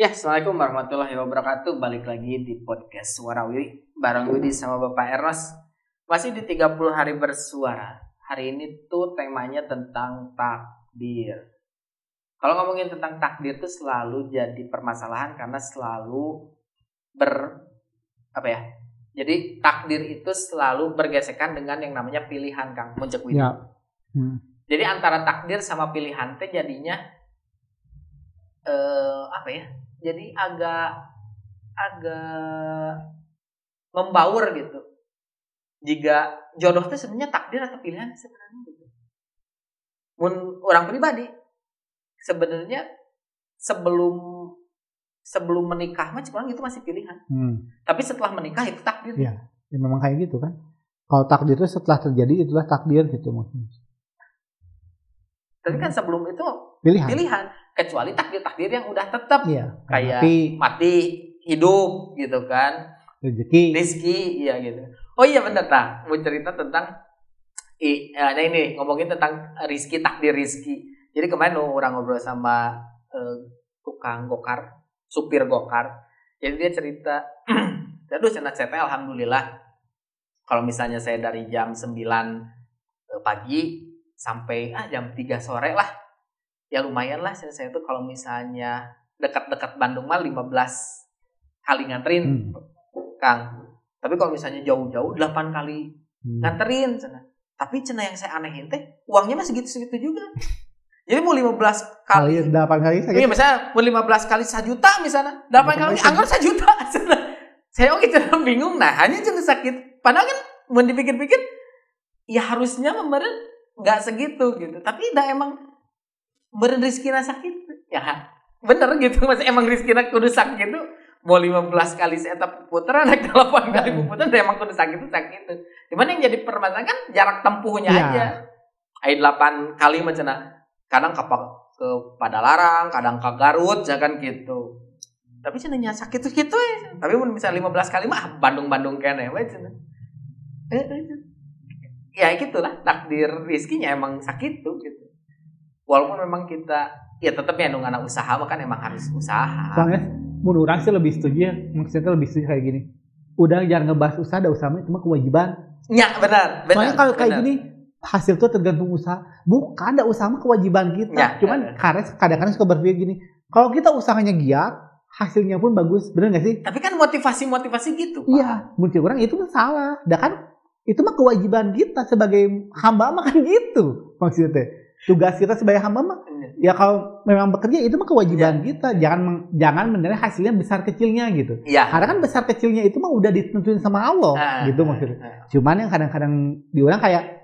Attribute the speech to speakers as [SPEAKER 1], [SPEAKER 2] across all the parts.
[SPEAKER 1] Ya, Assalamualaikum warahmatullahi wabarakatuh. Balik lagi di podcast Suara Widi bareng Widi sama Bapak Ernest. Masih di 30 hari bersuara. Hari ini tuh temanya tentang takdir. Kalau ngomongin tentang takdir tuh selalu jadi permasalahan karena selalu Jadi takdir itu selalu bergesekan dengan yang namanya pilihan, Kang Muncek Widi.
[SPEAKER 2] Ya.
[SPEAKER 1] Jadi antara takdir sama pilihan teh jadinya jadi agak membaur gitu. Jika jodoh itu sebenarnya takdir atau pilihan sebenarnya gitu. Orang pribadi sebenarnya sebelum menikah mah orang itu masih pilihan. Tapi setelah menikah itu takdir.
[SPEAKER 2] Ya memang kayak gitu kan. Kalau takdir itu setelah terjadi itulah takdir gitu maksudnya.
[SPEAKER 1] Tapi kan sebelum itu
[SPEAKER 2] pilihan.
[SPEAKER 1] Kecuali takdir yang udah tetap.
[SPEAKER 2] Iya.
[SPEAKER 1] Kayak mati, hidup gitu kan. Rizki, iya gitu. Oh iya bener tak. Mau cerita tentang ini ngomongin tentang rizki, takdir rizki. Jadi kemarin orang ngobrol sama tukang gokar, supir gokar. Jadi dia cerita, aduh cenah saya alhamdulillah. Kalau misalnya saya dari jam 9 pagi sampai jam 3 sore lah. Ya lumayan lah saya tuh kalau misalnya dekat-dekat Bandung mah 15 kali nganterin Kang. Tapi kalau misalnya jauh-jauh 8 kali nganterin cenah. Tapi cenah yang saya anehin teh uangnya mah segitu-segitu juga. Jadi mau 15 kali
[SPEAKER 2] 8 kali saja.
[SPEAKER 1] Iya misalnya mau 15 kali 1 juta misalnya. 8 kali anggap 1 juta. Saya oke cenah bingung. Nah hanya cenah sakit. Padahal kan mau dipikir-pikir ya harusnya memberen enggak segitu gitu. Tapi dah emang beren rizkina sakit. Ya bener gitu. Masih emang rizkina kudu sakit gitu. Mau 15 kali seeta putaran, 8 kali putaran udah emang kudu sakit. Cuman yang jadi permasalahan kan jarak tempuhnya aja. 8 kali macam kadang ke Padalarang, kadang ke Garut, jangan gitu. Tapi cenanya sakit tuh gitu ya. Tapi misalnya 15 kali mah Bandung kene we cenah. Ya gitulah takdir rizkinya emang sakit tuh gitu. Walaupun memang kita ya tetap ya nunggu anak usaha mah kan emang harus usaha.
[SPEAKER 2] Soalnya menurut orang sih lebih setuju ya. Maksudnya lebih setuju kayak gini. Udah jangan ngebahas usaha, ada usaha itu mah kewajiban.
[SPEAKER 1] Ya benar.
[SPEAKER 2] Soalnya kalau kayak gini hasil tuh tergantung usaha. Bukan, ada usaha mah kewajiban kita.
[SPEAKER 1] Ya,
[SPEAKER 2] cuman kadang-kadang suka berpikir gini. Kalau kita usahanya giat, hasilnya pun bagus. Bener gak sih?
[SPEAKER 1] Tapi kan motivasi gitu Pak.
[SPEAKER 2] Iya. Menurut orang itu mah salah. Kan itu mah kewajiban kita sebagai hamba mah kan gitu. Maksudnya tugas kita sebagai hamba mah ya kalau memang bekerja itu mah kewajiban kita. Jangan menilai hasilnya besar kecilnya gitu.
[SPEAKER 1] Ya.
[SPEAKER 2] Karena kan besar kecilnya itu mah udah ditentuin sama Allah gitu maksudnya. Cuman yang kadang-kadang diulang kayak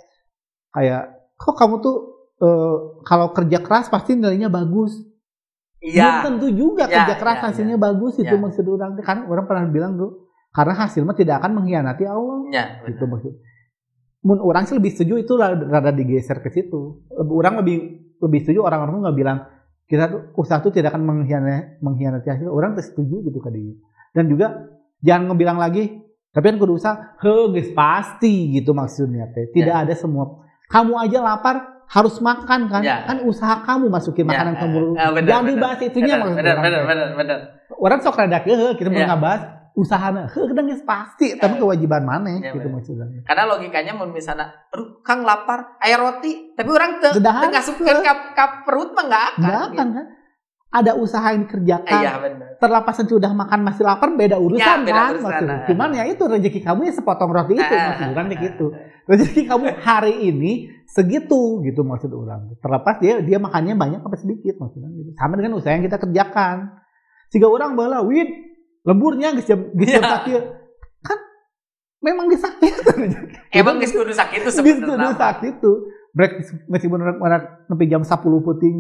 [SPEAKER 2] kok kamu tuh kalau kerja keras pasti nilainya bagus.
[SPEAKER 1] Iya.
[SPEAKER 2] Belum tentu juga kerja keras hasilnya bagus itu maksud orang. Kan orang pernah bilang tuh karena hasil mah tidak akan mengkhianati Allah.
[SPEAKER 1] Ya,
[SPEAKER 2] gitu maksud. Mun orang sih lebih setuju itu rada digeser ke situ. Orang lebih setuju orang-orang nggak bilang kita tuh usaha tuh tidak akan mengkhianati hasil. Orang tuh setuju gitu kali. Dan juga jangan ngebilang lagi tapi kan kudu usaha, guys pasti gitu maksudnya teh. Tidak ada semua. Kamu aja lapar harus makan kan? Kan usaha kamu masukin makanan kamu. Jangan dibahas itunya maksudnya.
[SPEAKER 1] Benar.
[SPEAKER 2] Orang sok rada kita mau ngebahas usahana, kadang pasti, tapi kewajiban mana gitu maksudnya.
[SPEAKER 1] Karena logikanya mau misalnya, aduh Kang lapar, air roti, tapi orang ngasupkan ke perut mah nggak akan kan? Ada usaha yang dikerjakan, terlepas sudah makan masih lapar, beda urusan kan maksudnya. Cuman ya itu rezeki kamu ya sepotong roti itu maksud orang gitu. Rezeki kamu hari ini segitu gitu maksud orang. Terlepas dia makannya banyak apa sedikit maksudnya gitu. Sama dengan usaha yang kita kerjakan. Jika orang bala lemburnya geus jam sakit kan memang disakit emang geus kudu sakit itu sebenarnya
[SPEAKER 2] sakit itu break meskipun orang nepi jam 10 puting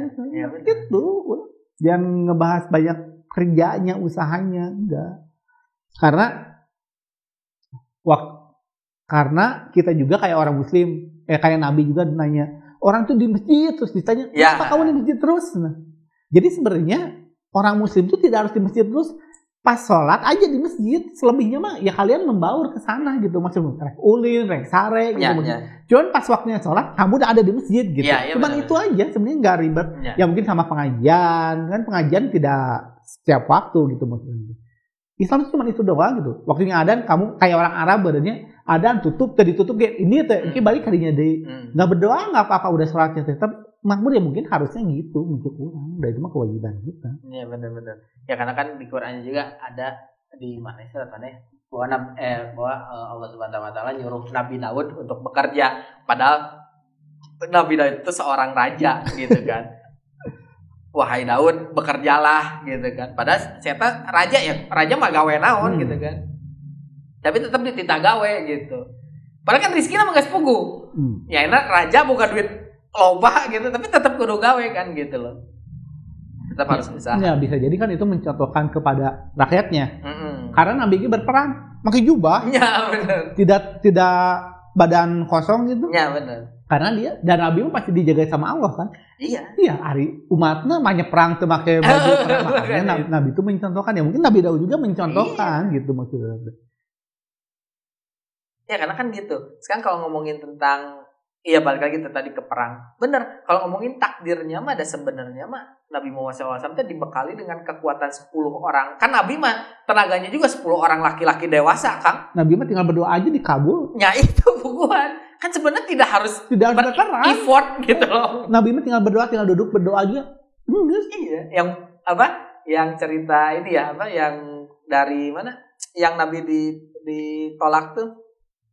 [SPEAKER 2] gitu jangan ngebahas banyak kerjanya usahanya enggak karena kita juga kayak orang muslim kayak nabi juga nanya orang tuh di masjid terus ditanya kenapa kamu di masjid terus jadi sebenarnya orang muslim tuh tidak harus di masjid terus. Pas sholat aja di masjid, selebihnya mah ya kalian membaur ke sana gitu, maksudnya rek ulin, rek sare gitu. Cuman pas waktunya sholat kamu udah ada di masjid gitu. Cuman itu aja sebenarnya nggak ribet. Ya mungkin sama pengajian kan tidak setiap waktu gitu maksudnya. Islam cuma itu doang gitu. Waktunya adzan kamu kayak orang Arab badannya adzan tutup tadi tutup kayak ini teh balik kadinya deui. Enggak berdoa enggak apa-apa udah sholatnya teh. Tapi makmur ya mungkin harusnya gitu untuk orang. Dan itu mah kewajiban kita.
[SPEAKER 1] Iya benar-benar. Ya karena kan di Quran juga ada di mana sih katanya bahwa Allah Subhanahu wa taala nyuruh Nabi Daud untuk bekerja padahal Nabi Daud itu seorang raja gitu kan. Wahai Daud bekerjalah gitu kan. Padahal saya raja mah gawe naon gitu kan. Tapi tetap dititah gawe gitu. Padahal kan rezeki mah geus pugu. Ya enak raja bukan duit loba gitu tapi tetap kudu gawe kan gitu loh. Tetap harus usaha.
[SPEAKER 2] Ya bisa jadi kan itu mencontohkan kepada rakyatnya. Karena Nabi ini berperang, pakai jubah.
[SPEAKER 1] Ya benar.
[SPEAKER 2] Tidak badan kosong gitu.
[SPEAKER 1] Ya benar.
[SPEAKER 2] Karena dia dan Nabi pun pasti dijaga sama Allah kan.
[SPEAKER 1] Iya.
[SPEAKER 2] Iya, hari umatnya banyak perang tuh pakai baju perang. Makanya Nabi itu mencontohkan ya. Mungkin Nabi Daud juga mencontohkan gitu maksudnya.
[SPEAKER 1] Ya karena kan gitu. Sekarang kalau ngomongin tentang balik lagi tadi ke perang. Bener, kalau ngomongin takdirnya mah ada sebenarnya mah Nabi Muhammad SAW itu dibekali dengan kekuatan 10 orang. Kan Nabi mah tenaganya juga 10 orang laki-laki dewasa, Kang.
[SPEAKER 2] Nabi mah tinggal berdoa aja dikabul.
[SPEAKER 1] Ya itu bukuan. Kan sebenarnya tidak harus
[SPEAKER 2] berperang.
[SPEAKER 1] Effort gitu loh.
[SPEAKER 2] Nabi mah tinggal berdoa, tinggal duduk berdoa aja.
[SPEAKER 1] Iya, yang apa? Yang cerita ini ya, apa yang dari mana? Yang Nabi ditolak tuh.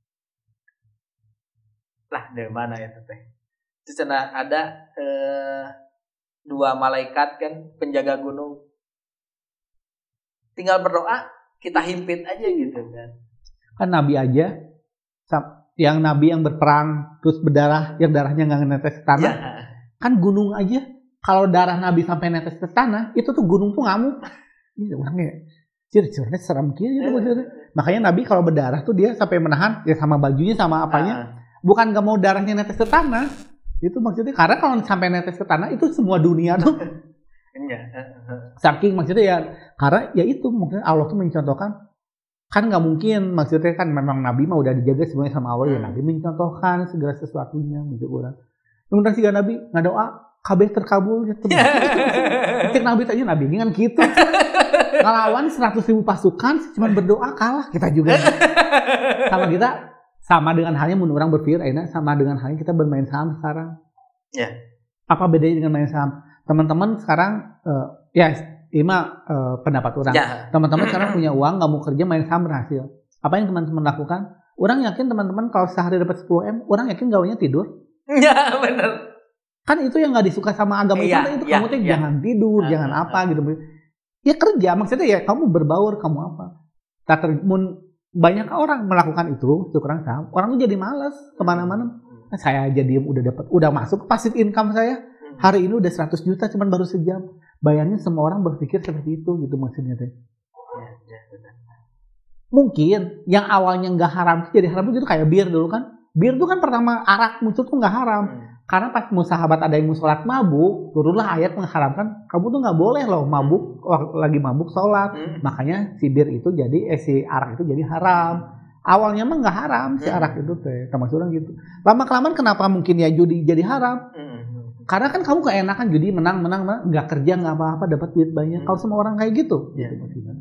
[SPEAKER 1] Lah dari mana itu teh? Terus ada 2 malaikat kan penjaga gunung. Tinggal berdoa, kita himpit aja gitu kan.
[SPEAKER 2] Kan Nabi aja yang Nabi yang berperang terus berdarah, yang darahnya nggak netes ke tanah. Ya. Kan gunung aja kalau darah Nabi sampai netes ke tanah, itu tuh gunung tuh ngamuk. Ini orangnya ciri-cirinya serem gitu. Makanya Nabi kalau berdarah tuh dia sampai menahan ya sama bajunya sama apanya. Bukan gak mau darahnya netes ke tanah. Itu maksudnya karena kalau sampai netes ke tanah itu semua dunia tuh. Saking maksudnya ya karena ya itu mungkin Allah tuh mencontohkan kan gak mungkin maksudnya kan memang Nabi mah udah dijaga semuanya sama Allah ya Nabi mencontohkan segala sesuatunya gitu orang. Kemudian si Nabi ngadoa kabeh terkabul gitu. Cek Nabi tanya Nabi ini kan gitu. Ngelawan 100.000 pasukan cuma berdoa kalah kita juga. Sama kita sama dengan halnya orang berpikir, sama dengan halnya kita bermain saham sekarang.
[SPEAKER 1] Ya.
[SPEAKER 2] Apa bedanya dengan main saham? Teman-teman sekarang, ini mah pendapat orang. Ya. Teman-teman sekarang punya uang, nggak mau kerja main saham berhasil. Apa yang teman-teman lakukan? Orang yakin teman-teman kalau sehari dapat 10 M, orang yakin gawanya tidur.
[SPEAKER 1] Ya benar.
[SPEAKER 2] Kan itu yang nggak disuka sama agama Islam itu kamu tuh jangan tidur, jangan apa gitu. Ya kerja, maksudnya ya kamu berbaur, kamu apa? Banyak orang melakukan itu tukang saham, orang tuh jadi malas kemana-mana. Saya aja diem udah masuk passive income saya hari ini udah 100 juta cuman baru sejam. Bayangin semua orang berpikir seperti itu gitu maksudnya teh. Mungkin yang awalnya nggak haram jadi haram gitu kayak bir dulu kan. Bir itu kan pertama arak muncul tuh nggak haram. Karena pas sahabat ada yang mau sholat mabuk, turunlah ayat mengharamkan kamu tuh nggak boleh loh mabuk lagi mabuk sholat. Makanya si bir itu si arak itu jadi haram. Awalnya mah nggak haram si arak itu teh, termasuk orang gitu. Lama kelamaan kenapa mungkin ya judi jadi haram? Karena kan kamu keenakan judi menang nggak kerja nggak apa-apa dapat duit banyak. Kalau semua orang kayak gitu.
[SPEAKER 1] Benar.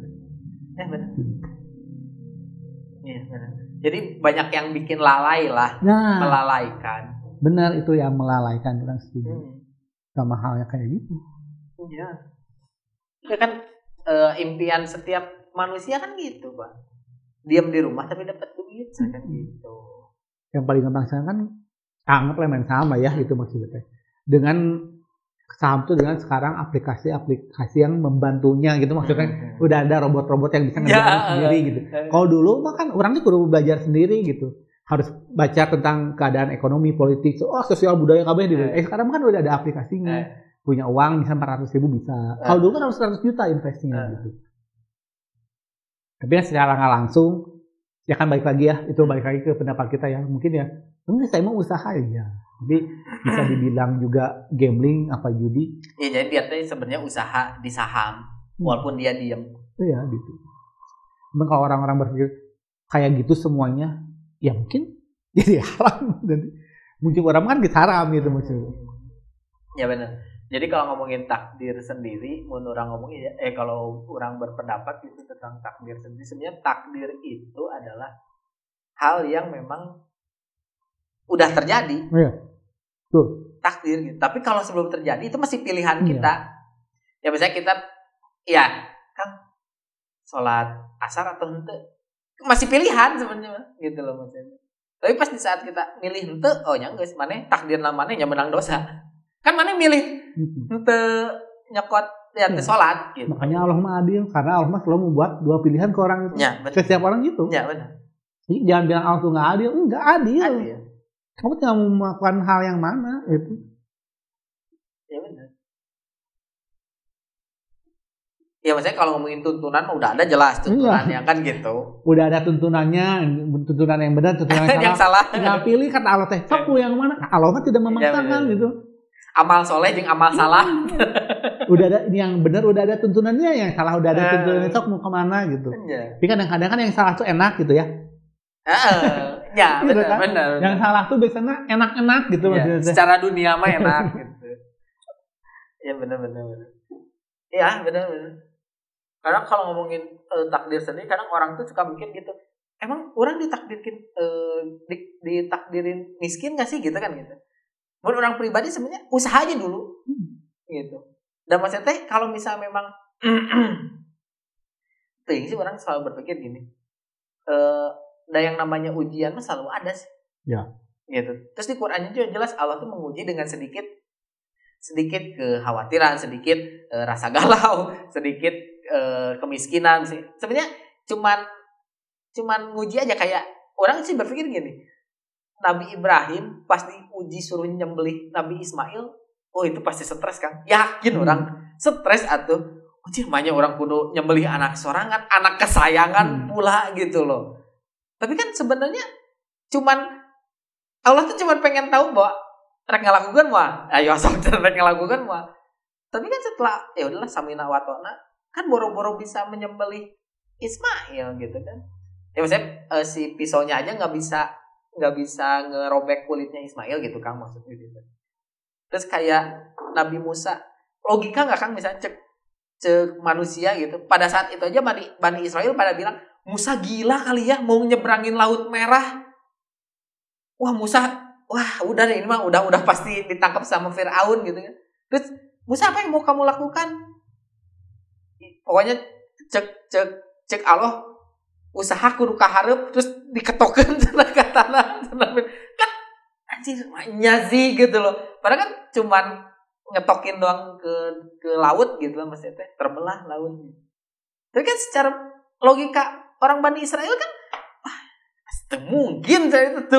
[SPEAKER 1] Iya benar. Jadi banyak yang bikin lalai lah, melalaikan.
[SPEAKER 2] Benar itu yang melalaikan orang setuju. Sama halnya kayak gitu.
[SPEAKER 1] Iya. Ya kan impian setiap manusia kan gitu, Pak. Diam di rumah tapi dapat duit kan gitu.
[SPEAKER 2] Yang paling gampang sekarang kan anggaplah main saham ya itu maksudnya. Dengan saham tuh dengan sekarang aplikasi yang membantunya gitu maksudnya udah ada robot-robot yang bisa ngerjain sendiri gitu. Kalau dulu mah kan orang tuh perlu belajar sendiri gitu. Harus baca tentang keadaan ekonomi, politik, sosial budaya kabeh gitu. Sekarang kan udah ada aplikasinya. Punya uang bisa 400.000 bisa. Kalau dulu kan harus 100 juta investasinya gitu. Tapi kan secara nggak langsung ya kan balik lagi ke pendapat kita ya. Mungkin ya, saya mau usaha ya. Jadi bisa dibilang juga gambling apa judi.
[SPEAKER 1] Ya jadi dia tuh sebenarnya usaha di saham walaupun dia diam.
[SPEAKER 2] Iya gitu. Cuman kalau orang-orang berpikir kayak gitu semuanya ya mungkin jadi haram. Mungkin orang kan haram gitu maksudnya.
[SPEAKER 1] Ya benar. Jadi kalau ngomongin takdir sendiri, menurut orang ngomongin kalau orang berpendapat gitu tentang takdir sendiri, sebenarnya takdir itu adalah hal yang memang udah terjadi.
[SPEAKER 2] Iya. Tuh.
[SPEAKER 1] Takdir gitu. Tapi kalau sebelum terjadi itu masih pilihan kita. Ya misalnya kita kan sholat asar atau hente masih pilihan sebenarnya gitu loh maksudnya. Tapi pas di saat kita milih hente, geus maneh takdir namanya nya menang dosa. Kan mana milih ente nyokot ya ente sholat gitu.
[SPEAKER 2] Makanya Allah mah adil karena Allah mah selalu membuat dua pilihan ke orang itu.
[SPEAKER 1] Ya,
[SPEAKER 2] setiap orang gitu.
[SPEAKER 1] Ya benar.
[SPEAKER 2] Jadi jangan bilang Allah tuh nggak adil, enggak adil. Kamu tinggal mau melakukan hal yang mana gitu.
[SPEAKER 1] Ya benar. Ya maksudnya kalau ngomongin tuntunan udah ada jelas tuntunannya kan gitu.
[SPEAKER 2] Udah ada tuntunannya, tuntunan yang benar, tuntunan yang salah. Tinggal pilih kata Allah teh, sok yang mana? Allah mah tidak memaksakan gitu.
[SPEAKER 1] Amal soleh jeung amal salah.
[SPEAKER 2] Udah ada yang benar, udah ada tuntunannya, yang salah udah ada tuntunannya, sok mau kemana gitu. Tapi kadang-kadang kan yang salah tuh enak gitu ya.
[SPEAKER 1] Ya benar.
[SPEAKER 2] Yang salah tuh biasanya enak-enak gitu maksudnya.
[SPEAKER 1] Secara dunia mah enak gitu. Ya benar. Ya benar. Karena kalau ngomongin takdir sendiri, kadang orang tuh suka mikir gitu. Emang orang ditakdirin miskin nggak sih gitu kan gitu. Menurut orang pribadi sebenarnya usaha aja dulu gitu. Dan maksudnya teh kalau misalnya memang sih orang selalu berpikir gini, yang namanya ujian mah selalu ada sih.
[SPEAKER 2] Ya.
[SPEAKER 1] Gitu. Terus di Quran juga jelas Allah tuh menguji dengan sedikit kekhawatiran, sedikit rasa galau, sedikit kemiskinan sih. Sebenarnya cuman nguji aja. Kayak orang sih berpikir gini, Nabi Ibrahim pas diuji suruh nyembelih Nabi Ismail, itu pasti stres kan? Yakin orang stres atuh. Namanya orang kudu nyembelih anak sorangan, anak kesayangan pula gitu loh. Tapi kan sebenarnya Allah tuh cuman pengen tahu bahwa rek ngalakukeun mah. Ayo asal rek ngalakukeun mah. Tapi kan setelah ya udahlah samina wa ta'na, kan boro-boro bisa menyembelih Ismail gitu kan. Ya maksudnya si pisaunya aja nggak bisa ngerobek kulitnya Ismail gitu Kang, maksudnya gitu. Terus kayak Nabi Musa, logika nggak Kang misalnya cek manusia gitu. Pada saat itu aja Bani Israel pada bilang, Musa gila kali ya mau nyebrangin Laut Merah. Wah udah deh, ini mah udah pasti ditangkap sama Firaun gitu kan. Terus Musa apa yang mau kamu lakukan? Pokoknya cek Allah usaha kudu kaharep terus diketokeun cenah ka tanah kan anjir nyazi gitu loh. Padahal kan cuman ngetokin doang ke laut gitu loh maksudnya teh, terbelah laut. Tapi kan secara logika orang Bani Israel kan mungkin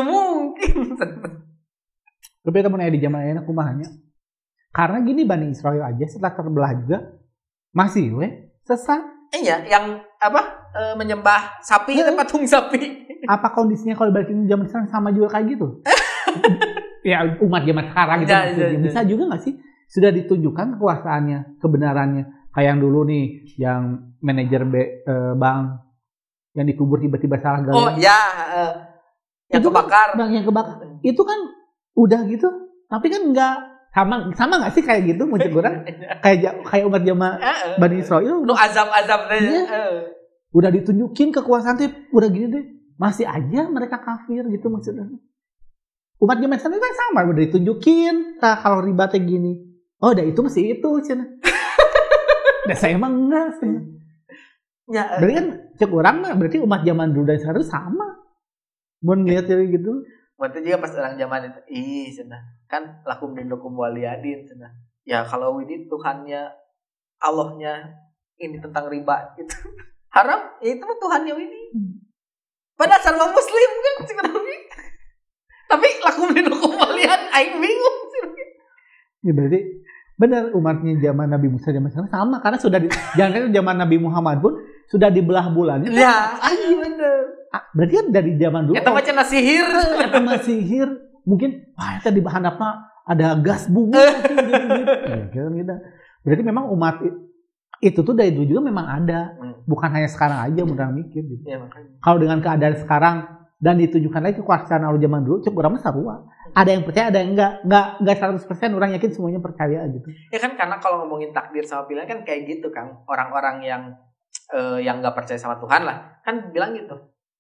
[SPEAKER 2] Tapi temen di zaman enak kumahanya. Karena gini Bani Israel aja setelah terbelah juga masih sesat.
[SPEAKER 1] Iya, yang menyembah sapi itu patung sapi.
[SPEAKER 2] Apa kondisinya kalau balikin zaman sekarang sama juga kayak gitu? Ya umat zaman sekarang gitu. Bisa juga nggak sih? Sudah ditunjukkan kekuasaannya, kebenarannya. Kayak yang dulu nih, yang manajer bank yang dikubur tiba-tiba salah gali.
[SPEAKER 1] Oh ya, yang kebakar.
[SPEAKER 2] Yang kebakar. Itu kan udah gitu, tapi kan nggak sama nggak sih kayak gitu muncul orang kayak umat zaman Bani Israel.
[SPEAKER 1] Lu azab deh.
[SPEAKER 2] Udah ditunjukin kekuasaan tuh, udah gini deh, masih aja mereka kafir gitu maksudnya. Umat zaman sekarang kan sama, udah ditunjukin kalau ribatnya gini. Oh, udah itu masih itu cina. Udah saya emang enggak sih. Ya, berarti kan cek orang mah berarti umat zaman dulu dan sekarang sama. Mau ngeliat kayak gitu.
[SPEAKER 1] Waktu juga pas orang zaman itu, cenah. Kan lakum dinukum waliyadin cenah. Ya kalau ini Tuhannya, Allahnya ini tentang riba itu haram, ya itu mah Tuhannya ini. Padahal sama muslim kan sebenarnya. Tapi lakum dinukum waliyadin aing bingung sih.
[SPEAKER 2] Ya berarti benar umatnya zaman Nabi Musa zaman sekarang sama karena sudah jangan zaman Nabi Muhammad pun sudah dibelah bulannya.
[SPEAKER 1] Ya, benar.
[SPEAKER 2] Berarti kan dari zaman dulu.
[SPEAKER 1] Eta macam sihir.
[SPEAKER 2] Eta mah sihir. Mungkin eta di bahan apa ada gas bumi gitu. Berarti memang umat itu tuh dari dulu juga memang ada. Bukan hanya sekarang aja mudah mikir gitu.
[SPEAKER 1] Ya, makanya.
[SPEAKER 2] Kalau dengan keadaan sekarang dan ditunjukkan lagi kekuasaan Allah zaman dulu, cukup orang mah sarua. Ada yang percaya, ada yang enggak 100% orang yakin semuanya percaya gitu.
[SPEAKER 1] Ya kan karena kalau ngomongin takdir sama pilihan kan kayak gitu Kang. Orang-orang yang enggak percaya sama Tuhan lah kan bilang gitu.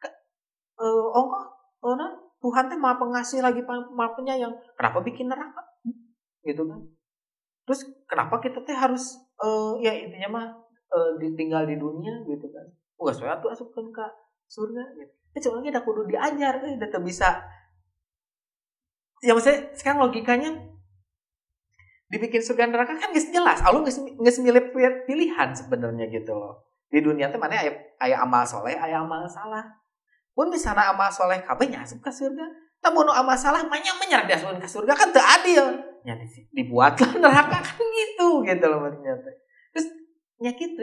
[SPEAKER 1] Tuhan teh Maha Pengasih lagi Maha Penyayang. Kenapa bikin neraka? Gitu kan. Terus kenapa kita teh harus ya intinya mah tinggal di dunia gitu kan. Enggak soalnya tuh asupkeun ka surga gitu. Cuma kita kudu diajar udah bisa. Ya maksudnya sekarang logikanya dibikin surga neraka kan geus jelas. Allah geus milih pilihan sebenarnya gitu loh. Di dunia teh mana aya amal soleh, aya amal salah. Mun misalnya amal soleh kabeh nya asup ka surga. Tamun amal salah mah nya menyerah diasupkeun ka surga kan teu adil. Nya dibuatlah neraka kan gitu loh maksudnya teh. Terus nya kitu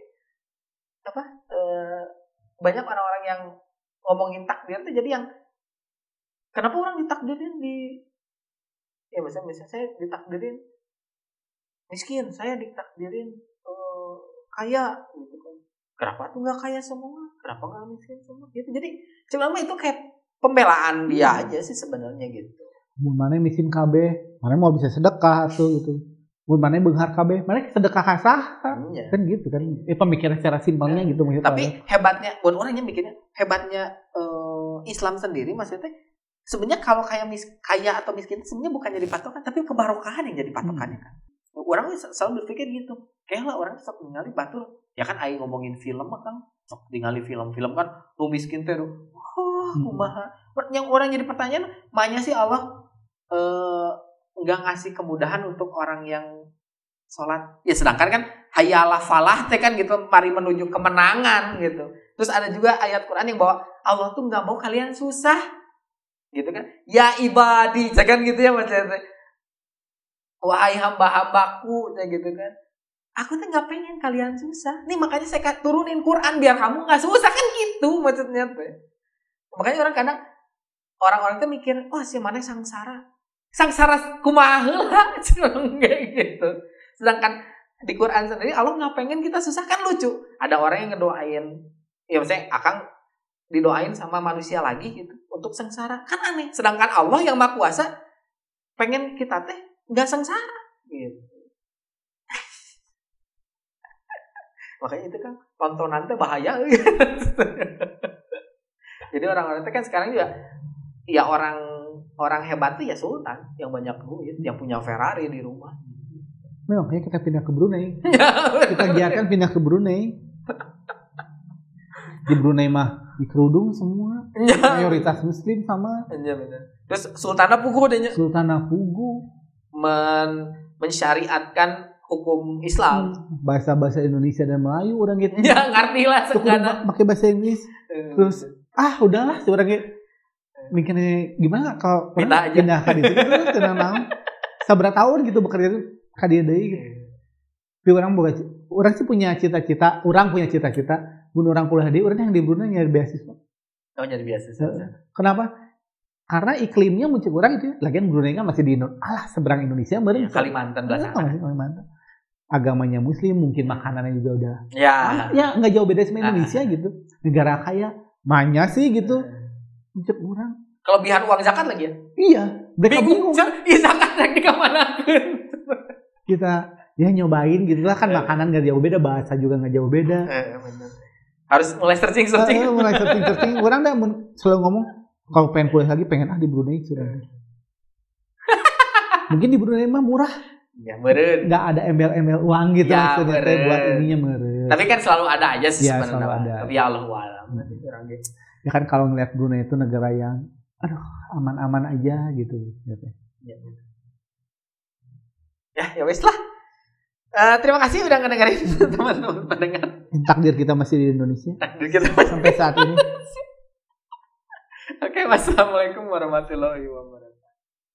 [SPEAKER 1] banyak orang-orang yang ngomongin takdir tuh jadi yang kenapa orang ditakdirin misalnya saya ditakdirin miskin, saya ditakdirin kaya gitu kan. Kenapa tuh nggak kaya semua? Kenapa nggak miskin semua? Gitu. Jadi sebenarnya itu kayak pembelaan dia aja sih sebenarnya gitu.
[SPEAKER 2] Mun mana miskin kabeh, mana mau bisa sedekah tuh gitu. Mun mana beunghar kabeh, mana sedekah kasah. Kan gitu kan. Pemikiran secara simpelnya gitu maksudnya.
[SPEAKER 1] Tapi hebatnya, buat orangnya mikirnya hebatnya Islam sendiri maksudnya sebenarnya kalau kaya atau miskin sebenarnya bukan jadi patokan tapi kebarokahan yang jadi patokannya kan. Orang selalu berpikir gitu. Kayaknya orang sok ningali batul. Ya kan aing ngomongin film mah kan sok ningali film-film kan nu miskin teh kumaha. Yang orang jadi pertanyaan, makanya sih Allah enggak ngasih kemudahan untuk orang yang sholat. Ya sedangkan kan hayalah falah teh kan gitu mari menuju kemenangan gitu. Terus ada juga ayat Quran yang bahwa Allah tuh enggak mau kalian susah. Gitu kan. Ya ibadi, kan gitu ya macamnya. Wahai hamba-hambaku gitu kan. Aku tuh enggak pengen kalian susah. Nih makanya saya turunin Quran biar kamu enggak susah kan gitu maksudnya teh. Makanya orang-orang tuh mikir, "Oh, si mana sangsara?" Sangsara kumaha heula kayak gitu. Sedangkan di Quran sendiri Allah nggak pengen kita susah kan lucu. Ada orang yang ngedoain, ya maksudnya Akang didoain sama manusia lagi gitu untuk sengsara kan aneh. Sedangkan Allah yang Maha Kuasa pengen kita teh nggak sengsara gitu. Makanya itu kan tontonan teh bahaya. Jadi orang-orang itu kan sekarang juga ya orang hebat tuh ya sultan yang banyak duit, yang punya Ferrari di rumah.
[SPEAKER 2] Makanya kita pindah ke Brunei. Kita giatkan pindah ke Brunei. Di Brunei mah dikerudung semua. Mayoritas muslim sama.
[SPEAKER 1] Iya benar. Terus Sultanah Pugu dehnya.
[SPEAKER 2] Sultanah Pugu
[SPEAKER 1] mensyariatkan hukum Islam.
[SPEAKER 2] Bahasa-bahasa Indonesia dan Melayu orang gitu.
[SPEAKER 1] Ya ngerti lah sekarang.
[SPEAKER 2] Pakai bahasa Inggris. Terus udahlah seorang mikirnya gimana kalau pindah ke situ tenang naon. Sabar tahun gitu bekerja ka dieu deui gitu. Tapi orang sih punya cita-cita, mun orang kuliah deui urang yang di Brunei nyari beasiswa.
[SPEAKER 1] Oh, nyari beasiswa.
[SPEAKER 2] Kenapa? Karena iklimnya muncul orang itu. Lagian Brunei kan masih di seberang Indonesia meureun.
[SPEAKER 1] Ya, Kalimantan belakang.
[SPEAKER 2] Kalimantan. Agamanya muslim, mungkin makanannya juga udah.
[SPEAKER 1] Ya
[SPEAKER 2] enggak jauh beda sama Indonesia gitu. Negara kaya, manya sih gitu. Muncul orang.
[SPEAKER 1] Kelebihan uang zakat lagi ya?
[SPEAKER 2] Iya, mereka bingung.
[SPEAKER 1] Iya, zakat yang dikemanakan.
[SPEAKER 2] Kita nyobain gitu lah kan makanan gak jauh beda, bahasa juga gak jauh beda.
[SPEAKER 1] Bener. Harus mulai searching.
[SPEAKER 2] Mulai searching. Orang dah selalu ngomong kalau pengen kuliah lagi pengen di Brunei curang. Mungkin di Brunei mah murah.
[SPEAKER 1] Ya meureun.
[SPEAKER 2] Gak ada embel-embel uang gitu
[SPEAKER 1] ya,
[SPEAKER 2] maksudnya buat ininya meureun.
[SPEAKER 1] Tapi kan selalu ada aja sih
[SPEAKER 2] ya, sebenarnya.
[SPEAKER 1] Tapi ya Allahu a'lam.
[SPEAKER 2] Ya kan kalau ngeliat Brunei itu negara yang aman-aman aja gitu.
[SPEAKER 1] Ya wes lah. Terima kasih udah ngedengerin teman-teman pendengar.
[SPEAKER 2] Takdir kita masih di Indonesia. Sampai saat ini.
[SPEAKER 1] Oke, wassalamualaikum warahmatullahi wabarakatuh.